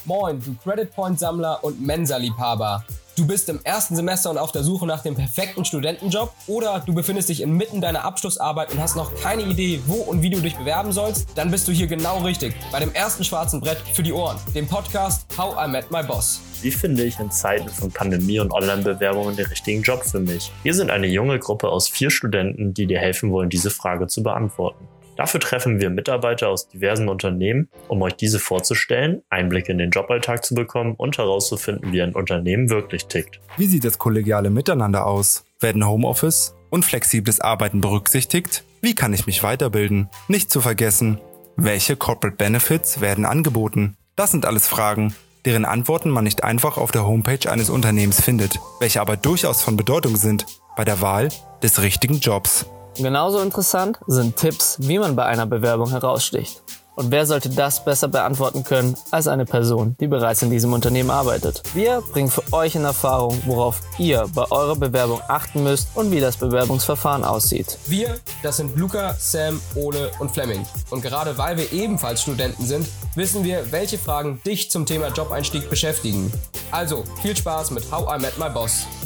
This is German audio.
Moin, du Credit Point Sammler und Mensa-Liebhaber. Du bist im ersten Semester und auf der Suche nach dem perfekten Studentenjob oder du befindest dich inmitten deiner Abschlussarbeit und hast noch keine Idee, wo und wie du dich bewerben sollst? Dann bist du hier genau richtig, bei dem ersten schwarzen Brett für die Ohren, dem Podcast How I Met My Boss. Wie finde ich in Zeiten von Pandemie und Online-Bewerbungen den richtigen Job für mich? Wir sind eine junge Gruppe aus 4 Studenten, die dir helfen wollen, diese Frage zu beantworten. Dafür treffen wir Mitarbeiter aus diversen Unternehmen, um euch diese vorzustellen, Einblicke in den Joballtag zu bekommen und herauszufinden, wie ein Unternehmen wirklich tickt. Wie sieht das kollegiale Miteinander aus? Werden Homeoffice und flexibles Arbeiten berücksichtigt? Wie kann ich mich weiterbilden? Nicht zu vergessen, welche Corporate Benefits werden angeboten? Das sind alles Fragen, deren Antworten man nicht einfach auf der Homepage eines Unternehmens findet, welche aber durchaus von Bedeutung sind bei der Wahl des richtigen Jobs. Genauso interessant sind Tipps, wie man bei einer Bewerbung heraussticht. Und wer sollte das besser beantworten können als eine Person, die bereits in diesem Unternehmen arbeitet? Wir bringen für euch in Erfahrung, worauf ihr bei eurer Bewerbung achten müsst und wie das Bewerbungsverfahren aussieht. Wir, das sind Luca, Sam, Ole und Flemming. Und gerade weil wir ebenfalls Studenten sind, wissen wir, welche Fragen dich zum Thema Jobeinstieg beschäftigen. Also, viel Spaß mit How I Met My Boss.